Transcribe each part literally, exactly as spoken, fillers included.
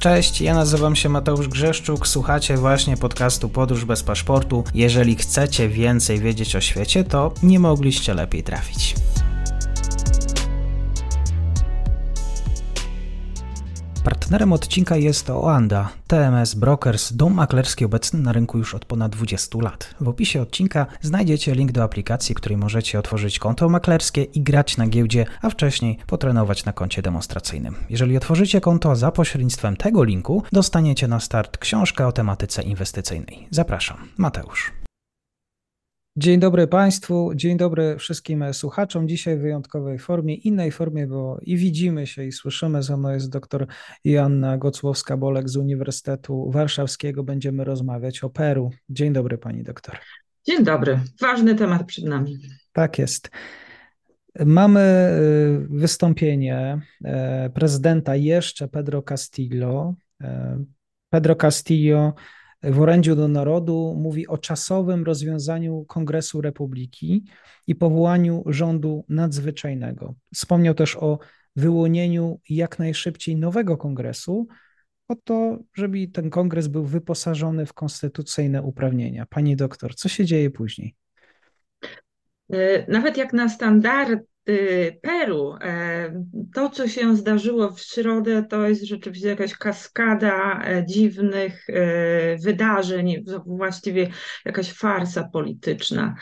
Cześć, ja nazywam się Mateusz Grzeszczuk, słuchacie właśnie podcastu Podróż bez paszportu. Jeżeli chcecie więcej wiedzieć o świecie, to nie mogliście lepiej trafić. Partnerem odcinka jest Oanda, T M S Brokers, dom maklerski obecny na rynku już od ponad dwudziestu lat. W opisie odcinka znajdziecie link do aplikacji, w której możecie otworzyć konto maklerskie i grać na giełdzie, a wcześniej potrenować na koncie demonstracyjnym. Jeżeli otworzycie konto za pośrednictwem tego linku, dostaniecie na start książkę o tematyce inwestycyjnej. Zapraszam, Mateusz. Dzień dobry Państwu, dzień dobry wszystkim słuchaczom. Dzisiaj w wyjątkowej formie, innej formie, bo i widzimy się i słyszymy. Ze mną jest dr Joanna Gocłowska-Bolek z Uniwersytetu Warszawskiego. Będziemy rozmawiać o Peru. Dzień dobry Pani doktor. Dzień dobry, ważny temat przed nami. Tak jest. Mamy wystąpienie prezydenta jeszcze Pedro Castillo. Pedro Castillo w orędziu do narodu mówi o czasowym rozwiązaniu Kongresu Republiki i powołaniu rządu nadzwyczajnego. Wspomniał też o wyłonieniu jak najszybciej nowego kongresu, po to, żeby ten kongres był wyposażony w konstytucyjne uprawnienia. Pani doktor, co się dzieje później? Nawet jak na standardy Peru, to co się zdarzyło w środę, to jest rzeczywiście jakaś kaskada dziwnych wydarzeń, właściwie jakaś farsa polityczna.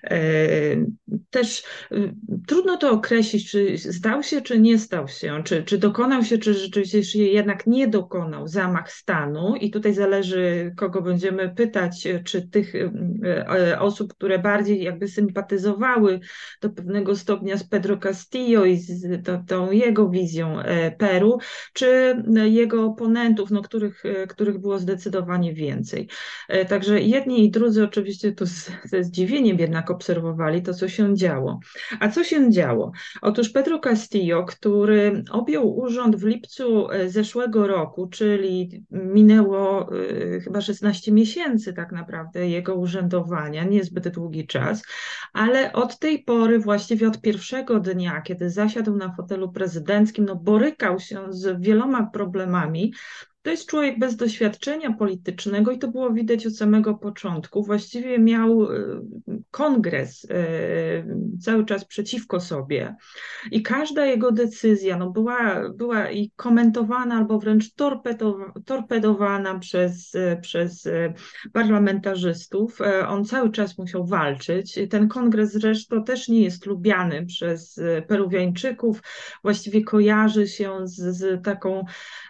Też trudno to określić, czy stał się, czy nie stał się, czy, czy dokonał się, czy rzeczywiście się jednak nie dokonał zamach stanu i tutaj zależy, kogo będziemy pytać, czy tych osób, które bardziej jakby sympatyzowały do pewnego stopnia z Pedro Castillo i z to, tą jego wizją Peru, czy jego oponentów, no, których, których było zdecydowanie więcej. Także jedni i drudzy oczywiście tu z, ze zdziwieniem jednak obserwowali to, co się działo. A co się działo? Otóż Pedro Castillo, który objął urząd w lipcu zeszłego roku, czyli minęło y, chyba szesnaście miesięcy tak naprawdę jego urzędowania, niezbyt długi czas, ale od tej pory, właściwie od pierwszego dnia, kiedy zasiadł na fotelu prezydenckim, no borykał się z wieloma problemami. To jest człowiek bez doświadczenia politycznego i to było widać od samego początku. Właściwie miał kongres cały czas przeciwko sobie i każda jego decyzja no była, była i komentowana albo wręcz torpedowana przez, przez parlamentarzystów. On cały czas musiał walczyć. Ten kongres zresztą też nie jest lubiany przez Peruwiańczyków. Właściwie kojarzy się z, z taką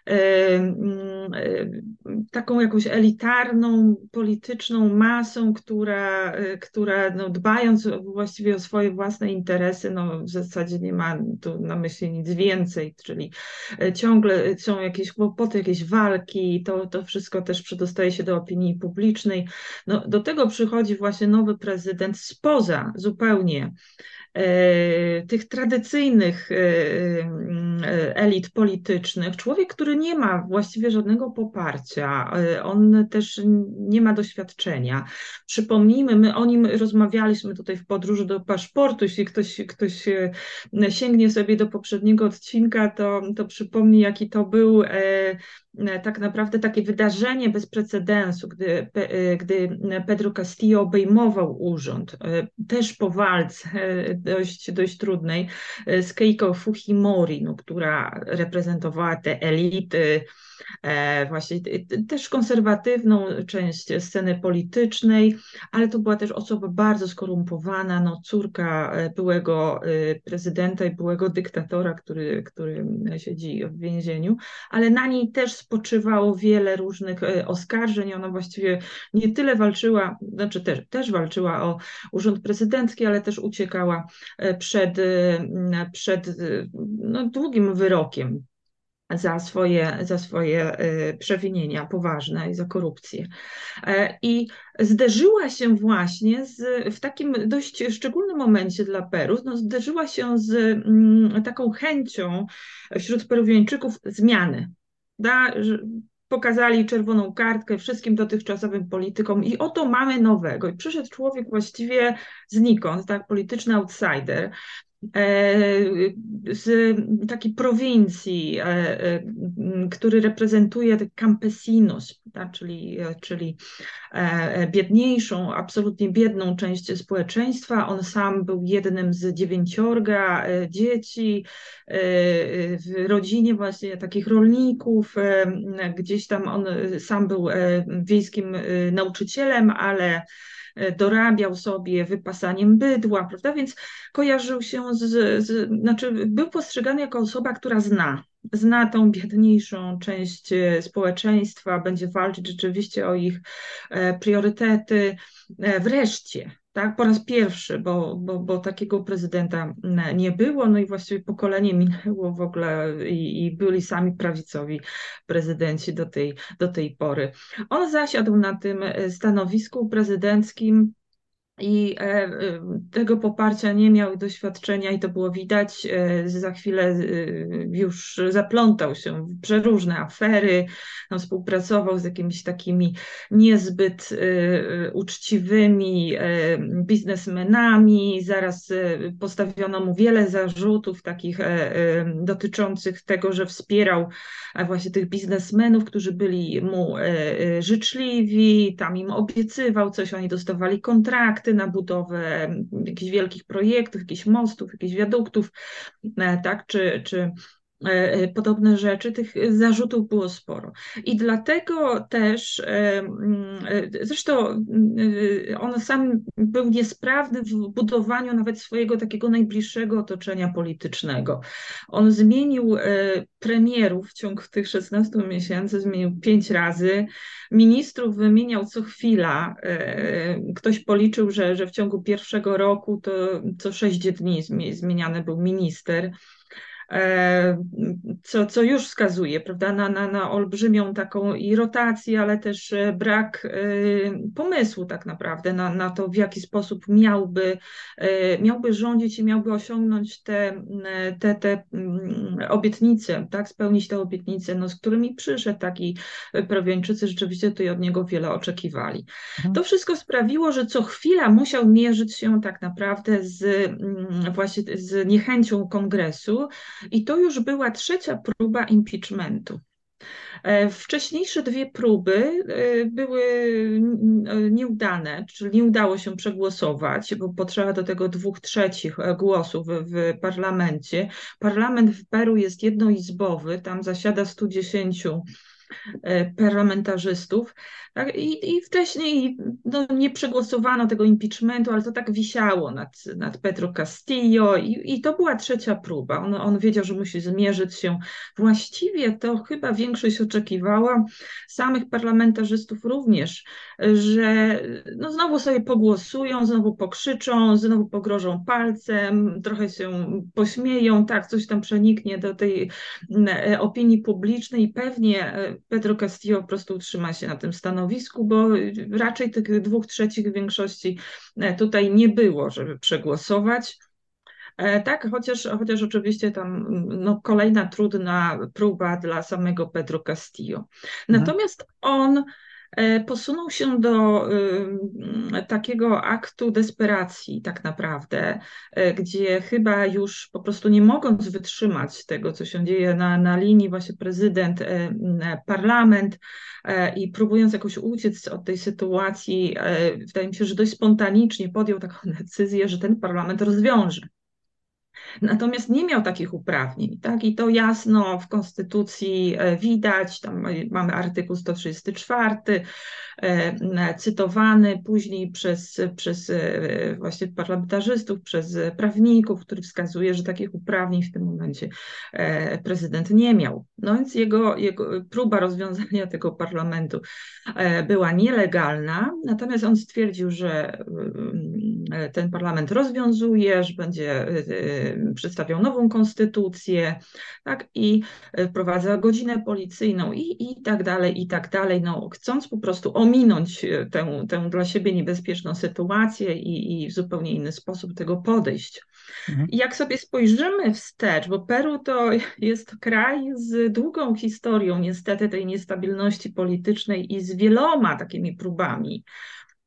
taką jakąś elitarną, polityczną masą, która, która no, dbając właściwie o swoje własne interesy, no, w zasadzie nie ma tu na myśli nic więcej, czyli ciągle są jakieś kłopoty, jakieś walki, to, to wszystko też przedostaje się do opinii publicznej. No, do tego przychodzi właśnie nowy prezydent spoza zupełnie tych tradycyjnych elit politycznych, człowiek, który nie ma właściwie żadnego poparcia, on też nie ma doświadczenia. Przypomnijmy, my o nim rozmawialiśmy tutaj w podróży do paszportu, jeśli ktoś, ktoś sięgnie sobie do poprzedniego odcinka, to, to przypomni, jaki to był tak naprawdę takie wydarzenie bez precedensu, gdy, gdy Pedro Castillo obejmował urząd, też po walce dość, dość trudnej z Keiko Fujimori, no, która reprezentowała te elity, właśnie też konserwatywną część sceny politycznej, ale to była też osoba bardzo skorumpowana, no, córka byłego prezydenta i byłego dyktatora, który, który siedzi w więzieniu, ale na niej też spoczywało wiele różnych oskarżeń. Ona właściwie nie tyle walczyła, znaczy też, też walczyła o urząd prezydencki, ale też uciekała przed, przed no, długim wyrokiem za swoje, za swoje przewinienia poważne i za korupcję. I zderzyła się właśnie z, w takim dość szczególnym momencie dla Peru, no zderzyła się z mm, taką chęcią wśród Peruwiańczyków zmiany. Da, pokazali czerwoną kartkę wszystkim dotychczasowym politykom i oto mamy nowego. I przyszedł człowiek właściwie znikąd, tak, polityczny outsider, z takiej prowincji, który reprezentuje campesinos, tak, czyli, czyli biedniejszą, absolutnie biedną część społeczeństwa. On sam był jednym z dziewięciorga dzieci w rodzinie właśnie takich rolników. Gdzieś tam on sam był wiejskim nauczycielem, ale dorabiał sobie wypasaniem bydła, prawda? Więc kojarzył się z, z, znaczy był postrzegany jako osoba, która zna, zna tą biedniejszą część społeczeństwa, będzie walczyć rzeczywiście o ich priorytety. Wreszcie, tak, po raz pierwszy, bo, bo, bo takiego prezydenta nie było, no i właściwie pokolenie minęło w ogóle i, i byli sami prawicowi prezydenci do tej, do tej pory. On zasiadł na tym stanowisku prezydenckim i tego poparcia nie miał, doświadczenia, i to było widać. Za chwilę już zaplątał się w przeróżne afery, no, współpracował z jakimiś takimi niezbyt uczciwymi biznesmenami. Zaraz postawiono mu wiele zarzutów takich dotyczących tego, że wspierał właśnie tych biznesmenów, którzy byli mu życzliwi, tam im obiecywał coś, oni dostawali kontrakty na budowę jakichś wielkich projektów, jakichś mostów, jakichś wiaduktów, tak, czy, czy podobne rzeczy. Tych zarzutów było sporo. I dlatego też, zresztą on sam był niesprawny w budowaniu nawet swojego takiego najbliższego otoczenia politycznego. On zmienił premierów w ciągu tych szesnastu miesięcy, zmienił pięć razy. Ministrów wymieniał co chwila. Ktoś policzył, że, że w ciągu pierwszego roku to co sześć dni zmieniany był minister. Co, co już wskazuje, prawda, na, na, na olbrzymią taką i rotację, ale też brak pomysłu tak naprawdę na, na to, w jaki sposób miałby, miałby rządzić i miałby osiągnąć te, te, te obietnice, tak, spełnić te obietnice, no, z którymi przyszedł, tak, i Peruwiańczycy rzeczywiście tutaj od niego wiele oczekiwali. Mhm. To wszystko sprawiło, że co chwila musiał mierzyć się tak naprawdę z właśnie z niechęcią kongresu. I to już była trzecia próba impeachmentu. Wcześniejsze dwie próby były nieudane, czyli nie udało się przegłosować, bo potrzeba do tego dwóch trzecich głosów w parlamencie. Parlament w Peru jest jednoizbowy, tam zasiada stu dziesięciu parlamentarzystów. Tak? I, i wcześniej no, nie przegłosowano tego impeachmentu, ale to tak wisiało nad, nad Pedro Castillo i, i to była trzecia próba. On, on wiedział, że musi zmierzyć się. Właściwie to chyba większość oczekiwała, samych parlamentarzystów również, że no, znowu sobie pogłosują, znowu pokrzyczą, znowu pogrożą palcem, trochę się pośmieją, tak, coś tam przeniknie do tej opinii publicznej i pewnie Pedro Castillo po prostu utrzyma się na tym stanowisku, bo raczej tych dwóch trzecich większości tutaj nie było, żeby przegłosować. Tak, chociaż, chociaż oczywiście tam no, kolejna trudna próba dla samego Pedro Castillo. Natomiast on posunął się do takiego aktu desperacji tak naprawdę, gdzie chyba już po prostu nie mogąc wytrzymać tego, co się dzieje na, na linii właśnie prezydent, parlament i próbując jakoś uciec od tej sytuacji, wydaje mi się, że dość spontanicznie podjął taką decyzję, że ten parlament rozwiąże. Natomiast nie miał takich uprawnień, tak? I to jasno w Konstytucji widać, tam mamy artykuł sto trzydziesty czwarty, cytowany później przez, przez właśnie parlamentarzystów, przez prawników, który wskazuje, że takich uprawnień w tym momencie prezydent nie miał. No więc jego, jego próba rozwiązania tego parlamentu była nielegalna, natomiast on stwierdził, że ten parlament rozwiązuje, że będzie przedstawiał nową konstytucję, tak, i wprowadza godzinę policyjną i, i tak dalej, i tak dalej, no, chcąc po prostu ominąć tę, tę dla siebie niebezpieczną sytuację i, i w zupełnie inny sposób tego podejść. Mhm. I jak sobie spojrzymy wstecz, bo Peru to jest kraj z długą historią niestety tej niestabilności politycznej i z wieloma takimi próbami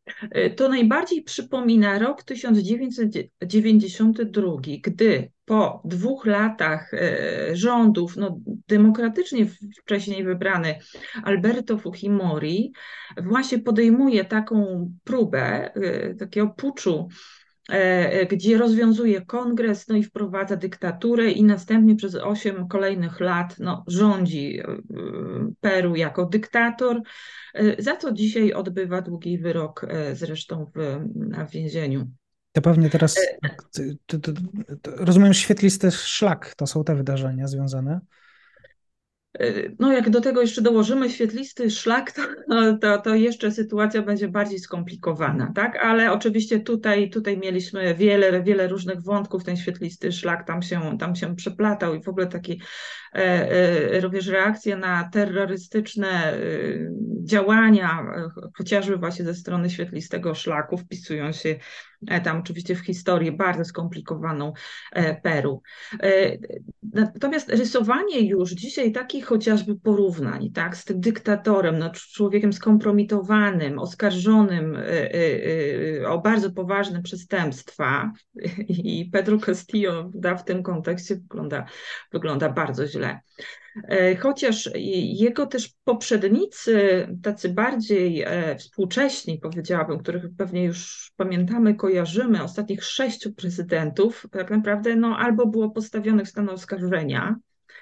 To najbardziej przypomina rok tysiąc dziewięćset dziewięćdziesiąty drugi, gdy po dwóch latach e, rządów no, demokratycznie wcześniej wybrany Alberto Fujimori właśnie podejmuje taką próbę e, takiego puczu, e, gdzie rozwiązuje kongres, no i wprowadza dyktaturę i następnie przez osiem kolejnych lat no, rządzi e, Peru jako dyktator, e, za co dzisiaj odbywa długi wyrok, e, zresztą w, w więzieniu. To pewnie teraz, to, to, to, rozumiem, świetlisty szlak, to są te wydarzenia związane. No jak do tego jeszcze dołożymy świetlisty szlak, to, to, to jeszcze sytuacja będzie bardziej skomplikowana, tak? Ale oczywiście tutaj, tutaj mieliśmy wiele, wiele różnych wątków, ten świetlisty szlak tam się, tam się przeplatał i w ogóle taki e, e, również reakcje na terrorystyczne e, działania, e, chociażby właśnie ze strony świetlistego szlaku, wpisują się e, tam oczywiście w historię bardzo skomplikowaną e, Peru. E, natomiast rysowanie już dzisiaj takich chociażby porównań, tak, z tym dyktatorem, no, człowiekiem skompromitowanym, oskarżonym y, y, y, o bardzo poważne przestępstwa i Pedro Castillo da, w tym kontekście wygląda, wygląda bardzo źle. Chociaż jego też poprzednicy, tacy bardziej współcześni, powiedziałabym, których pewnie już pamiętamy, kojarzymy, ostatnich sześciu prezydentów, tak naprawdę no, albo było postawionych w stan oskarżenia,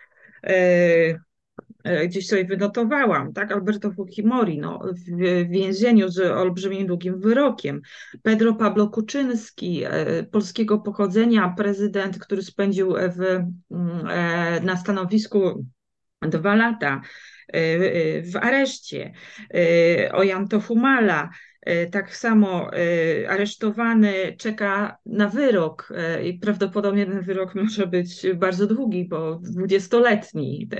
gdzieś sobie wynotowałam, tak? Alberto Fujimori no, w więzieniu z olbrzymim długim wyrokiem. Pedro Pablo Kuczynski, polskiego pochodzenia, prezydent, który spędził w, na stanowisku dwa lata w areszcie. Ollanta Humala, tak samo aresztowany, czeka na wyrok i prawdopodobnie ten wyrok może być bardzo długi, bo dwudziestoletni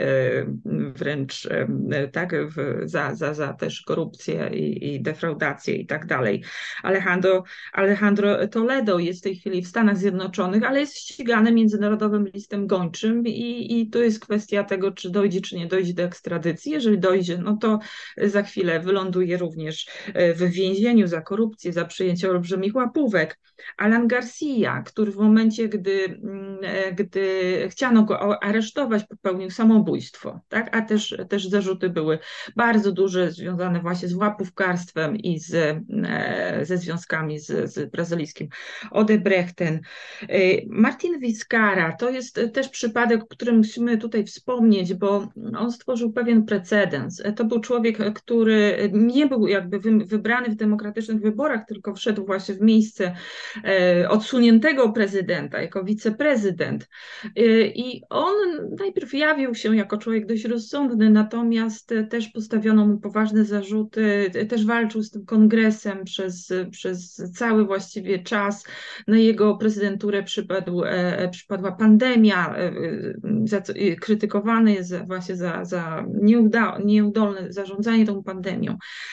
wręcz, tak, za, za, za też korupcję i, i defraudację i tak dalej. Alejandro, Alejandro Toledo jest w tej chwili w Stanach Zjednoczonych, ale jest ścigany międzynarodowym listem gończym i, i tu jest kwestia tego, czy dojdzie, czy nie dojdzie do ekstradycji. Jeżeli dojdzie, no to za chwilę wyląduje również w więzieniu za korupcję, za przyjęcie olbrzymich łapówek. Alan Garcia, który w momencie, gdy, gdy chciano go aresztować, popełnił samobójstwo, tak? A też, też zarzuty były bardzo duże, związane właśnie z łapówkarstwem i z, ze związkami z, z brazylijskim Odebrechtem. Martin Vizcarra to jest też przypadek, o którym musimy tutaj wspomnieć, bo on stworzył pewien precedens. To był człowiek, który nie był jakby wybrany w demokratycznych wyborach, tylko wszedł właśnie w miejsce odsuniętego prezydenta, jako wiceprezydent. I on najpierw jawił się jako człowiek dość rozsądny, natomiast też postawiono mu poważne zarzuty, też walczył z tym kongresem przez, przez cały właściwie czas. Na jego prezydenturę przypadł, przypadła pandemia, za co, krytykowany jest właśnie za, za nieuda, nieudolne zarządzanie tą pandemią.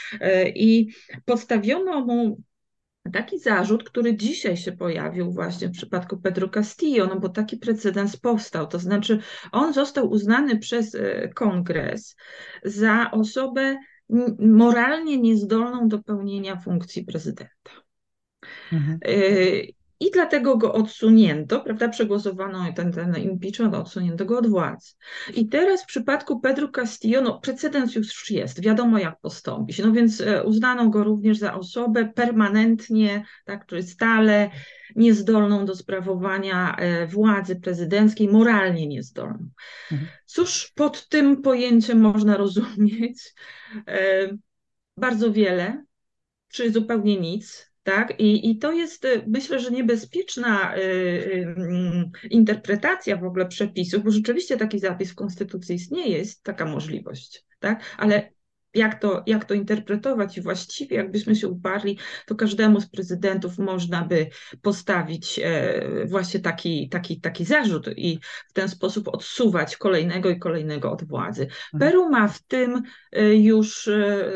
I postawiono mu taki zarzut, który dzisiaj się pojawił właśnie w przypadku Pedro Castillo, no bo taki precedens powstał, to znaczy on został uznany przez kongres za osobę moralnie niezdolną do pełnienia funkcji prezydenta. Mhm. I dlatego go odsunięto, prawda, przegłosowano ten, ten impeachment, odsunięto go od władzy. I teraz w przypadku Pedro Castillo, no precedens już jest, wiadomo jak postąpić, no więc uznano go również za osobę permanentnie, tak, czyli stale niezdolną do sprawowania władzy prezydenckiej, moralnie niezdolną. Mhm. Cóż pod tym pojęciem można rozumieć? Bardzo wiele, czy zupełnie nic. Tak? I, I to jest, myślę, że niebezpieczna y, y, interpretacja w ogóle przepisów, bo rzeczywiście taki zapis w Konstytucji istnieje, jest taka możliwość, tak? Ale jak to, jak to interpretować i właściwie jakbyśmy się uparli, to każdemu z prezydentów można by postawić e, właśnie taki, taki, taki zarzut i w ten sposób odsuwać kolejnego i kolejnego od władzy. Peru ma w tym e, już e,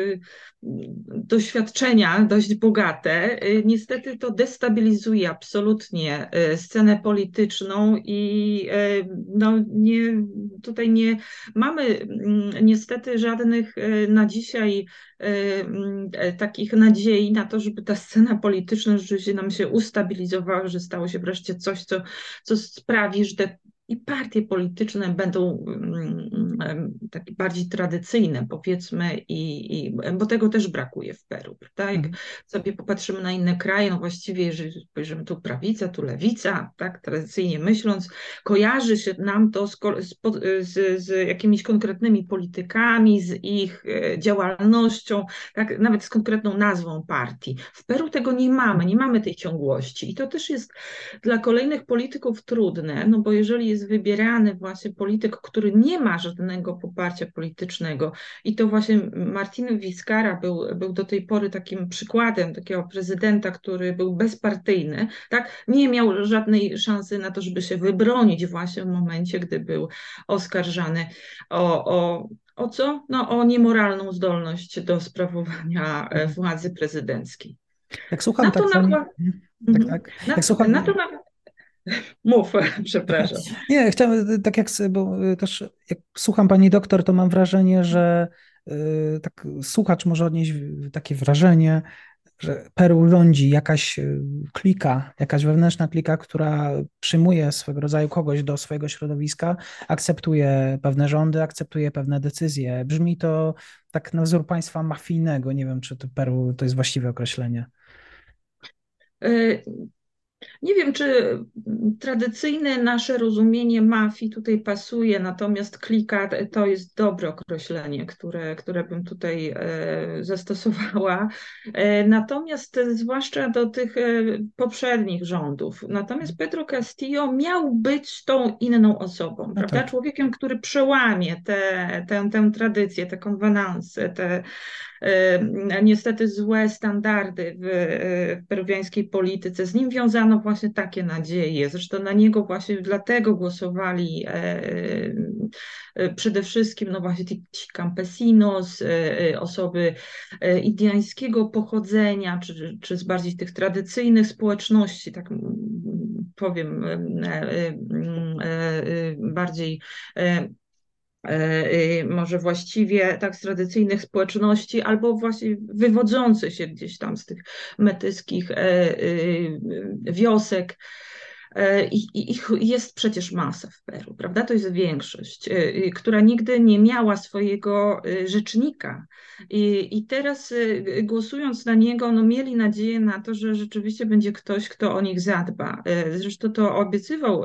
doświadczenia dość bogate. Niestety to destabilizuje absolutnie scenę polityczną i no nie, tutaj nie mamy niestety żadnych na dzisiaj takich nadziei na to, żeby ta scena polityczna rzeczywiście nam się ustabilizowała, że stało się wreszcie coś, co, co sprawi, że te i partie polityczne będą takie bardziej tradycyjne, powiedzmy, i, i, bo tego też brakuje w Peru, prawda? Jak Mhm. sobie popatrzymy na inne kraje, no właściwie jeżeli spojrzymy tu prawica, tu lewica, tak, tradycyjnie myśląc, kojarzy się nam to z, z, z jakimiś konkretnymi politykami, z ich działalnością, tak, nawet z konkretną nazwą partii. W Peru tego nie mamy, nie mamy tej ciągłości i to też jest dla kolejnych polityków trudne, no bo jeżeli jest wybierany właśnie polityk, który nie ma żadnego poparcia politycznego i to właśnie Martin Vizcarra był, był do tej pory takim przykładem takiego prezydenta, który był bezpartyjny, tak, nie miał żadnej szansy na to, żeby się wybronić właśnie w momencie, gdy był oskarżany o, o o co? No, o niemoralną zdolność do sprawowania władzy prezydenckiej. Jak słucham Na to tak pani... nakłada... Tak, tak. Na, Jak słucham... na to na... Mów, przepraszam. Nie, chciałem tak jak, bo też jak słucham pani doktor, to mam wrażenie, że y, tak słuchacz może odnieść takie wrażenie, że Peru rządzi jakaś klika, jakaś wewnętrzna klika, która przyjmuje swego rodzaju kogoś do swojego środowiska, akceptuje pewne rządy, akceptuje pewne decyzje. Brzmi to tak na wzór państwa mafijnego. Nie wiem, czy to Peru to jest właściwe określenie. Y Nie wiem, czy tradycyjne nasze rozumienie mafii tutaj pasuje, natomiast klika to jest dobre określenie, które, które bym tutaj zastosowała. Natomiast zwłaszcza do tych poprzednich rządów. Natomiast Pedro Castillo miał być tą inną osobą, No prawda? tak. Człowiekiem, który przełamie tę te, te, tradycję, te konwenanse, te niestety złe standardy w, w peruwiańskiej polityce. Z nim wiązano właśnie takie nadzieje. Zresztą na niego właśnie dlatego głosowali przede wszystkim no właśnie ci campesinos, osoby indiańskiego pochodzenia, czy, czy z bardziej tych tradycyjnych społeczności, tak powiem bardziej może właściwie tak z tradycyjnych społeczności, albo właśnie wywodzące się gdzieś tam z tych metyskich wiosek. I ich jest przecież masa w Peru, prawda? To jest większość, która nigdy nie miała swojego rzecznika. I, i teraz głosując na niego, no mieli nadzieję na to, że rzeczywiście będzie ktoś, kto o nich zadba. Zresztą to obiecywał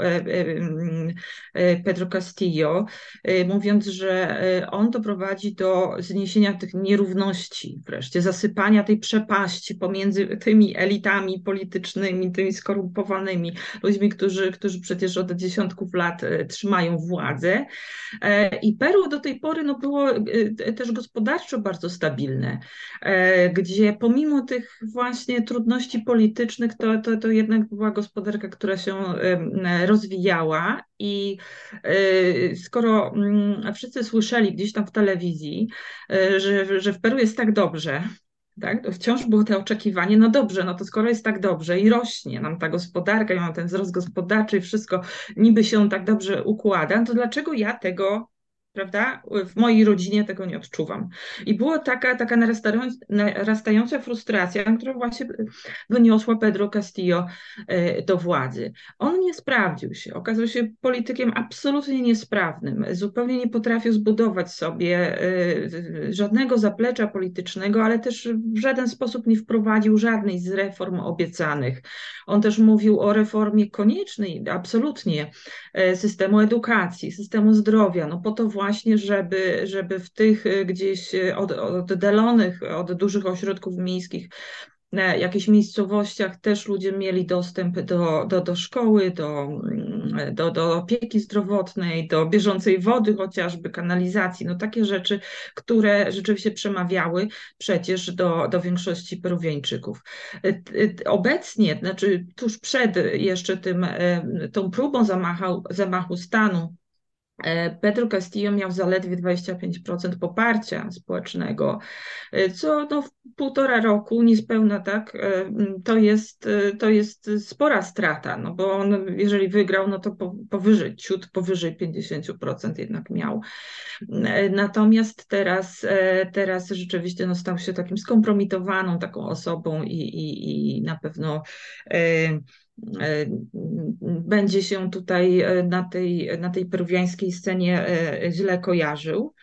Pedro Castillo, mówiąc, że on doprowadzi do zniesienia tych nierówności, wreszcie zasypania tej przepaści pomiędzy tymi elitami politycznymi, tymi skorumpowanymi ludźmi, którzy, którzy przecież od dziesiątków lat trzymają władzę. I Peru do tej pory no, było też gospodarczo bardzo stabilne, gdzie pomimo tych właśnie trudności politycznych, to, to, to jednak była gospodarka, która się rozwijała i skoro wszyscy słyszeli gdzieś tam w telewizji, że, że w Peru jest tak dobrze, tak? To wciąż było to oczekiwanie, no dobrze, no to skoro jest tak dobrze i rośnie nam ta gospodarka, i mam ten wzrost gospodarczy i wszystko niby się tak dobrze układa, no to dlaczego ja tego, prawda, w mojej rodzinie tego nie odczuwam. I była taka, taka narastająca, narastająca frustracja, która właśnie wyniosła Pedro Castillo do władzy. On nie sprawdził się, okazał się politykiem absolutnie niesprawnym, zupełnie nie potrafił zbudować sobie żadnego zaplecza politycznego, ale też w żaden sposób nie wprowadził żadnej z reform obiecanych. On też mówił o reformie koniecznej, absolutnie, systemu edukacji, systemu zdrowia, no po to właśnie, żeby, żeby w tych gdzieś od, oddalonych od dużych ośrodków miejskich jakichś miejscowościach też ludzie mieli dostęp do, do, do szkoły, do, do, do opieki zdrowotnej, do bieżącej wody chociażby, kanalizacji, no takie rzeczy, które rzeczywiście przemawiały przecież do, do większości Peruwieńczyków. Obecnie, znaczy tuż przed jeszcze tym, tą próbą zamachu, zamachu stanu Pedro Castillo miał zaledwie dwadzieścia pięć procent poparcia społecznego, co no, w półtora roku, niespełna tak, to jest, to jest spora strata, no bo on, jeżeli wygrał, no to powyżej, ciut powyżej pięćdziesiąt procent jednak miał. Natomiast teraz, teraz rzeczywiście no, stał się takim skompromitowaną taką osobą i, i, i na pewno będzie się tutaj na tej, na tej peruwiańskiej scenie źle kojarzył.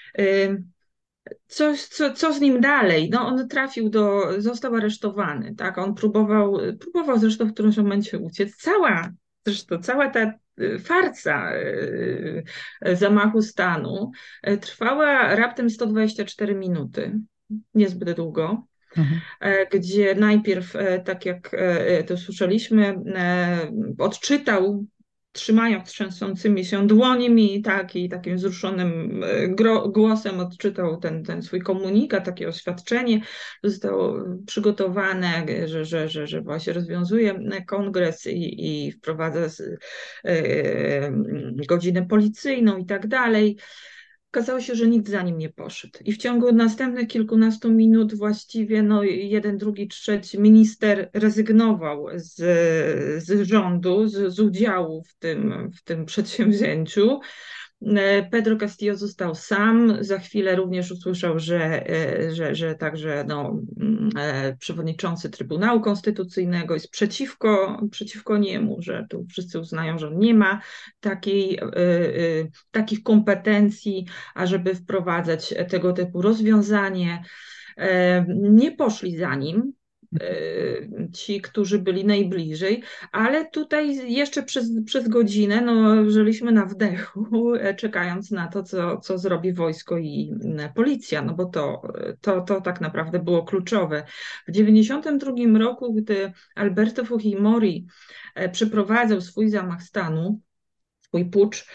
Co, co, co z nim dalej? No on trafił do, został aresztowany, tak? On próbował, próbował zresztą w którymś momencie uciec. Cała, zresztą cała ta farsa zamachu stanu trwała raptem sto dwadzieścia cztery minuty, niezbyt długo. Mhm. Gdzie najpierw, tak jak to słyszeliśmy, odczytał, trzymając trzęsącymi się dłońmi, tak, i takim wzruszonym głosem odczytał ten, ten swój komunikat, takie oświadczenie. Zostało przygotowane, że, że, że, że właśnie rozwiązuje kongres i, i wprowadza z, y, godzinę policyjną i tak dalej. Okazało się, że nikt za nim nie poszedł. I w ciągu następnych kilkunastu minut właściwie no, jeden, drugi, trzeci minister rezygnował z, z rządu, z, z udziału w tym, w tym przedsięwzięciu. Pedro Castillo został sam. Za chwilę również usłyszał, że, że, że także no, przewodniczący Trybunału Konstytucyjnego jest przeciwko, przeciwko niemu, że tu wszyscy uznają, że on nie ma takiej, takich kompetencji, ażeby wprowadzać tego typu rozwiązanie. Nie poszli za nim ci, którzy byli najbliżej, ale tutaj jeszcze przez, przez godzinę no, żyliśmy na wdechu, czekając na to, co, co zrobi wojsko i policja, no bo to, to, to tak naprawdę było kluczowe. W dziewięćdziesiątym drugim roku, gdy Alberto Fujimori przeprowadzał swój zamach stanu, swój pucz,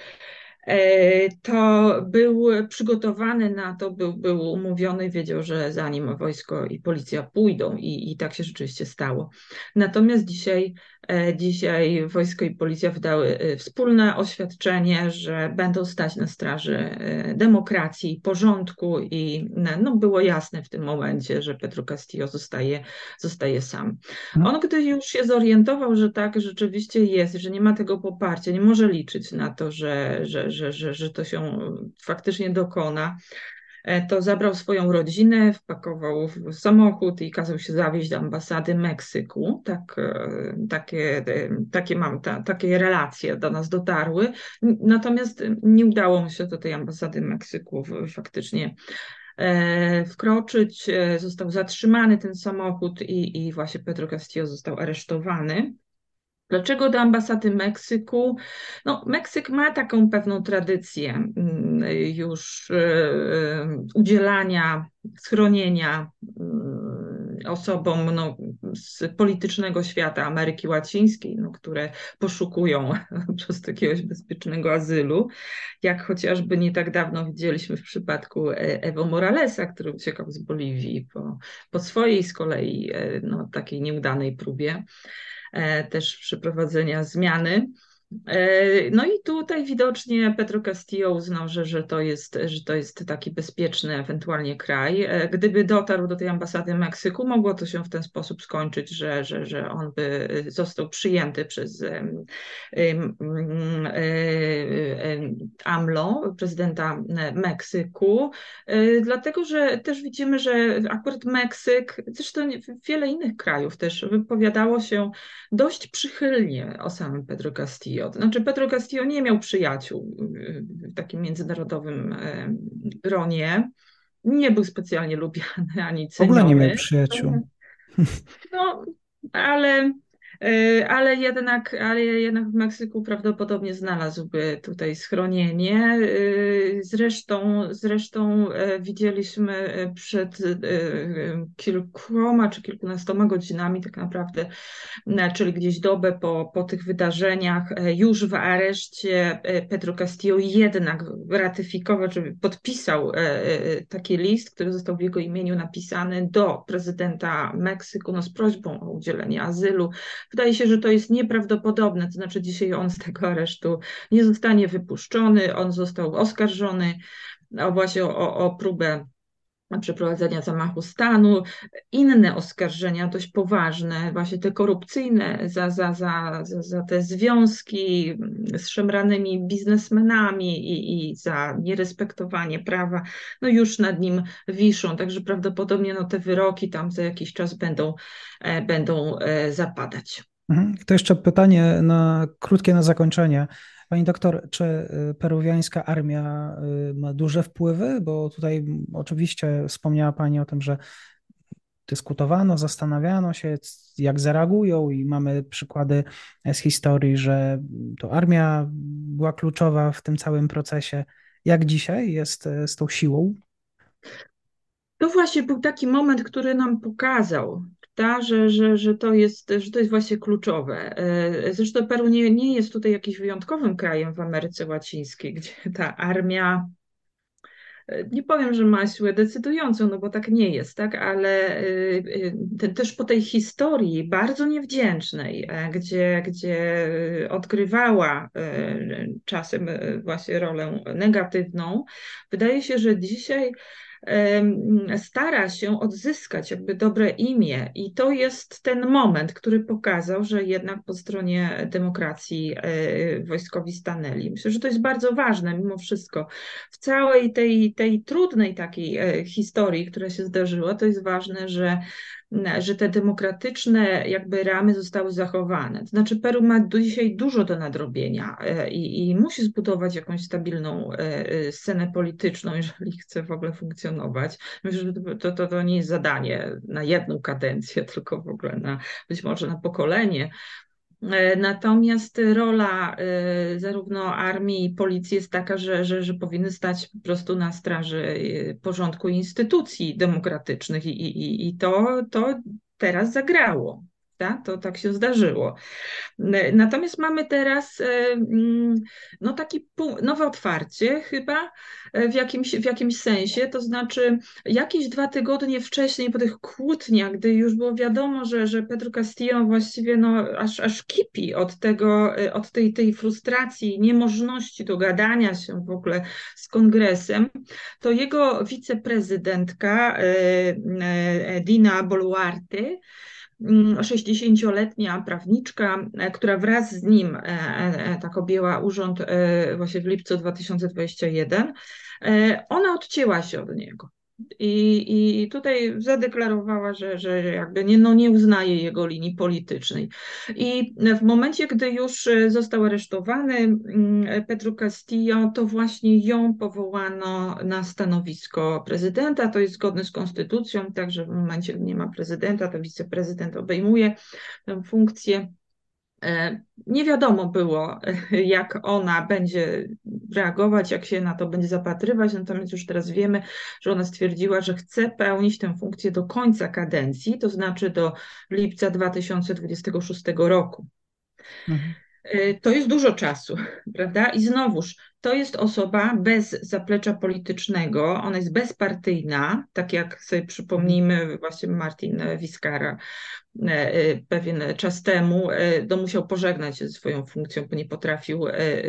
to był przygotowany na to, był, był umówiony, wiedział, że za nim wojsko i policja pójdą i, i tak się rzeczywiście stało. Natomiast dzisiaj, dzisiaj wojsko i policja wydały wspólne oświadczenie, że będą stać na straży demokracji, porządku i no, było jasne w tym momencie, że Pedro Castillo zostaje, zostaje sam. On, gdy już się zorientował, że tak rzeczywiście jest, że nie ma tego poparcia, nie może liczyć na to, że, że Że, że, że to się faktycznie dokona, to zabrał swoją rodzinę, wpakował w samochód i kazał się zawieźć do ambasady Meksyku. Tak, takie, takie, mam, ta, takie relacje do nas dotarły. Natomiast nie udało mu się do tej ambasady Meksyku faktycznie wkroczyć. Został zatrzymany ten samochód i, i właśnie Pedro Castillo został aresztowany. Dlaczego do ambasady Meksyku? No, Meksyk ma taką pewną tradycję już udzielania schronienia osobom no, z politycznego świata Ameryki Łacińskiej, no, które poszukują przez jakiegoś bezpiecznego azylu, jak chociażby nie tak dawno widzieliśmy w przypadku Evo Moralesa, który uciekał z Boliwii po, po swojej z kolei no, takiej nieudanej próbie też przeprowadzenia zmiany. No i tutaj widocznie Pedro Castillo uznał, że, że, to jest, że to jest taki bezpieczny ewentualnie kraj. Gdyby dotarł do tej ambasady Meksyku, mogło to się w ten sposób skończyć, że, że, że on by został przyjęty przez AMLO, prezydenta Meksyku, dlatego że też widzimy, że akurat Meksyk, zresztą wiele innych krajów też wypowiadało się dość przychylnie o samym Pedro Castillo. Znaczy Pedro Castillo nie miał przyjaciół w takim międzynarodowym gronie. Nie był specjalnie lubiany ani ceniony. W ogóle nie miał przyjaciół. No, ale, ale, jednak, ale jednak w Meksyku prawdopodobnie znalazłby tutaj schronienie. Zresztą, zresztą widzieliśmy przed kilkoma czy kilkunastoma godzinami tak naprawdę, czyli gdzieś dobę po, po tych wydarzeniach, już w areszcie Pedro Castillo jednak ratyfikował, czy podpisał taki list, który został w jego imieniu napisany do prezydenta Meksyku no, z prośbą o udzielenie azylu. Wydaje się, że to jest nieprawdopodobne, to znaczy dzisiaj on z tego aresztu nie zostanie wypuszczony, on został oskarżony o właśnie o, o próbę przeprowadzenia zamachu stanu, inne oskarżenia dość poważne, właśnie te korupcyjne, za, za, za, za, za te związki z szemranymi biznesmenami i, i za nierespektowanie prawa, no już nad nim wiszą, także prawdopodobnie no, te wyroki tam za jakiś czas będą, e, będą e, zapadać. Mhm. To jeszcze pytanie na krótkie na zakończenie. Pani doktor, czy y, peruwiańska armia y, ma duże wpływy? Bo tutaj oczywiście wspomniała Pani o tym, że dyskutowano, zastanawiano się, jak zareagują, i mamy przykłady z historii, że to armia była kluczowa w tym całym procesie. Jak dzisiaj jest y, z tą siłą? To właśnie był taki moment, który nam pokazał, ta, że, że, że, to jest, że to jest właśnie kluczowe. E, Zresztą Peru nie, nie jest tutaj jakimś wyjątkowym krajem w Ameryce Łacińskiej, gdzie ta armia, e, nie powiem, że ma siłę decydującą, no bo tak nie jest, tak, ale e, e, te, też po tej historii bardzo niewdzięcznej, e, gdzie, gdzie odgrywała e, czasem e, właśnie rolę negatywną, wydaje się, że dzisiaj stara się odzyskać jakby dobre imię i to jest ten moment, który pokazał, że jednak po stronie demokracji e, wojskowi stanęli. Myślę, że to jest bardzo ważne mimo wszystko. W całej tej, tej trudnej takiej e, historii, która się zdarzyła, to jest ważne, że że te demokratyczne jakby ramy zostały zachowane. To znaczy Peru ma do dzisiaj dużo do nadrobienia e, i, i musi zbudować jakąś stabilną e, e, scenę polityczną, jeżeli chce w ogóle funkcjonować. Myślę, że to, to, to nie jest zadanie na jedną kadencję, tylko w ogóle na, być może na pokolenie. E, Natomiast rola e, zarówno armii i policji jest taka, że, że, że powinny stać po prostu na straży e, porządku instytucji demokratycznych i, i, i to, to teraz zagrało. Tak? To tak się zdarzyło. Natomiast mamy teraz no, takie nowe otwarcie chyba w jakimś, w jakimś sensie, to znaczy jakieś dwa tygodnie wcześniej po tych kłótniach, gdy już było wiadomo, że, że Pedro Castillo właściwie no, aż, aż kipi od tego, od tej, tej frustracji, niemożności dogadania się w ogóle z kongresem, to jego wiceprezydentka Dina Boluarte, sześćdziesięcioletnia prawniczka, która wraz z nim e, e, tak objęła urząd e, właśnie w lipcu dwa tysiące dwudziestego pierwszego, e, ona odcięła się od niego. I, I tutaj zadeklarowała, że, że jakby nie, no nie uznaje jego linii politycznej. I w momencie, gdy już został aresztowany Pedro Castillo, to właśnie ją powołano na stanowisko prezydenta. To jest zgodne z konstytucją, także w momencie, gdy nie ma prezydenta, to wiceprezydent obejmuje tę funkcję. Nie wiadomo było, jak ona będzie reagować, jak się na to będzie zapatrywać, natomiast już teraz wiemy, że ona stwierdziła, że chce pełnić tę funkcję do końca kadencji, to znaczy do lipca dwa tysiące dwudziestego szóstego roku. Mhm. To jest dużo czasu, prawda? I znowuż, to jest osoba bez zaplecza politycznego, ona jest bezpartyjna, tak jak sobie przypomnijmy, właśnie Martin Vizcarra pewien czas temu no, musiał pożegnać się ze swoją funkcją, bo nie potrafił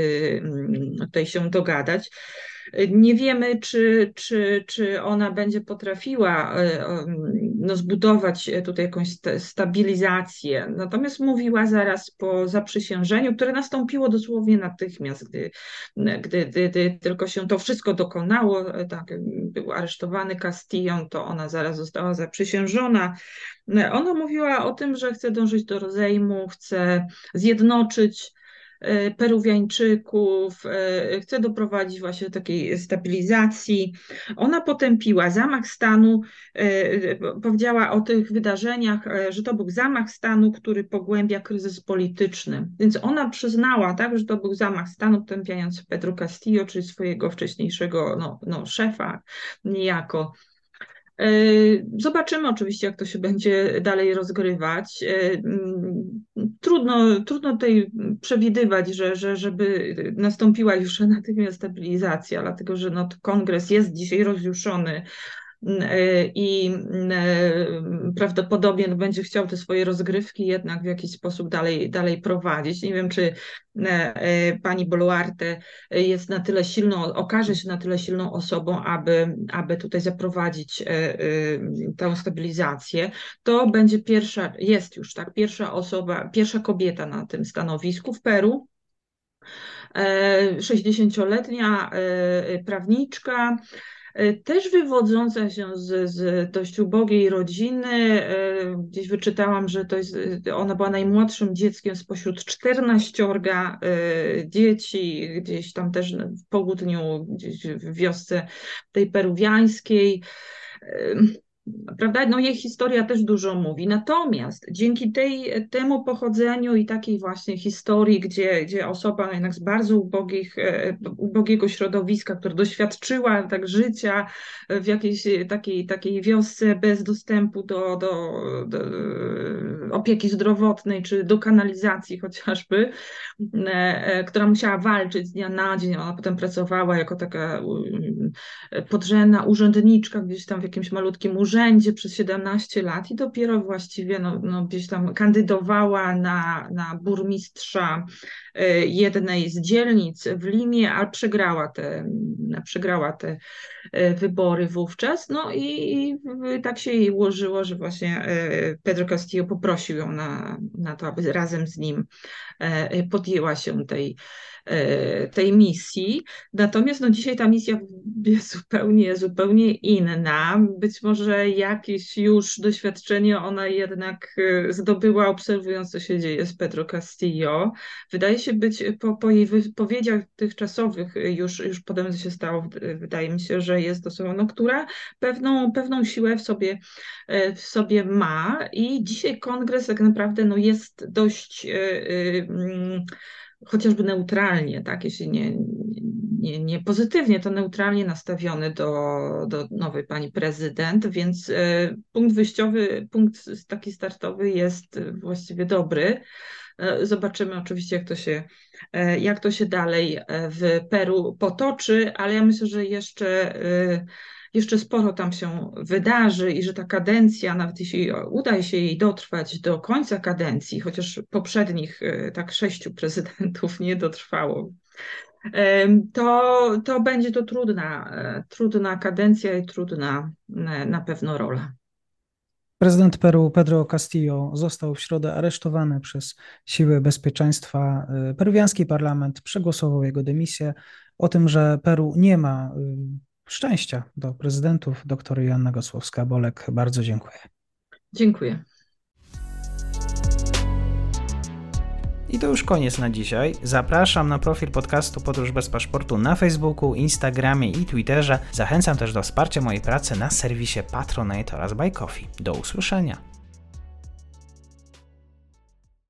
tutaj się dogadać. Nie wiemy, czy, czy, czy ona będzie potrafiła no, zbudować tutaj jakąś stabilizację. Natomiast mówiła zaraz po zaprzysiężeniu, które nastąpiło dosłownie natychmiast, gdy, gdy, gdy, gdy tylko się to wszystko dokonało, tak, był aresztowany Castillon, to ona zaraz została zaprzysiężona. Ona mówiła o tym, że chce dążyć do rozejmu, chce zjednoczyć Peruwiańczyków, chce doprowadzić właśnie do takiej stabilizacji. Ona potępiła zamach stanu, powiedziała o tych wydarzeniach, że to był zamach stanu, który pogłębia kryzys polityczny. Więc ona przyznała, tak, że to był zamach stanu potępiający Pedro Castillo, czyli swojego wcześniejszego no, no, szefa niejako. Zobaczymy oczywiście, jak to się będzie dalej rozgrywać. Trudno, trudno tutaj przewidywać, że, że, żeby nastąpiła już natychmiast stabilizacja, dlatego że no, kongres jest dzisiaj rozjuszony. i prawdopodobnie będzie chciał te swoje rozgrywki jednak w jakiś sposób dalej, dalej prowadzić. Nie wiem, czy pani Boluarte jest na tyle silną, okaże się na tyle silną osobą, aby, aby tutaj zaprowadzić tę stabilizację. To będzie pierwsza, jest już tak, pierwsza osoba, pierwsza kobieta na tym stanowisku w Peru. sześćdziesięcioletnia prawniczka, też wywodząca się z, z dość ubogiej rodziny. Gdzieś wyczytałam, że to jest, ona była najmłodszym dzieckiem spośród czternaściorga dzieci, gdzieś tam też w południu, gdzieś w wiosce tej peruwiańskiej. Prawda? No jej historia też dużo mówi. Natomiast dzięki tej, temu pochodzeniu i takiej właśnie historii, gdzie, gdzie osoba jednak z bardzo ubogich, ubogiego środowiska, która doświadczyła tak życia w jakiejś takiej, takiej wiosce bez dostępu do, do, do opieki zdrowotnej czy do kanalizacji chociażby, która musiała walczyć z dnia na dzień. Ona potem pracowała jako taka podrzędna urzędniczka gdzieś tam w jakimś malutkim urzędzie przez siedemnaście lat i dopiero właściwie no, no gdzieś tam kandydowała na, na burmistrza jednej z dzielnic w Limie, ale przegrała te, przegrała te wybory wówczas. No i, i tak się jej ułożyło, że właśnie Pedro Castillo poprosił ją na, na to, aby razem z nim podjęła się tej, tej misji. Natomiast no, dzisiaj ta misja jest zupełnie, zupełnie inna. Być może jakieś już doświadczenie ona jednak zdobyła, obserwując, co się dzieje z Pedro Castillo. Wydaje się być, po, po jej wypowiedziach dotychczasowych, już, już potem się stało, wydaje mi się, że jest osobą, no, która pewną, pewną siłę w sobie, w sobie ma i dzisiaj kongres tak naprawdę no, jest dość yy, yy, chociażby neutralnie, tak, jeśli nie, nie, nie pozytywnie, to neutralnie nastawiony do, do nowej pani prezydent, więc punkt wyjściowy, punkt taki startowy jest właściwie dobry. Zobaczymy oczywiście, jak to się, jak to się dalej w Peru potoczy, ale ja myślę, że jeszcze Jeszcze sporo tam się wydarzy i że ta kadencja, nawet jeśli uda się jej dotrwać do końca kadencji, chociaż poprzednich tak sześciu prezydentów nie dotrwało, to, to będzie to trudna, trudna kadencja i trudna na pewno rola. Prezydent Peru Pedro Castillo został w środę aresztowany przez siły bezpieczeństwa. Peruwiański parlament przegłosował jego dymisję. O tym, że Peru nie ma szczęścia do prezydentów, dr Joanna Gosłowska-Bolek. Bardzo dziękuję. Dziękuję. I to już koniec na dzisiaj. Zapraszam na profil podcastu Podróż bez paszportu na Facebooku, Instagramie i Twitterze. Zachęcam też do wsparcia mojej pracy na serwisie Patronite oraz Buy Coffee. Do usłyszenia.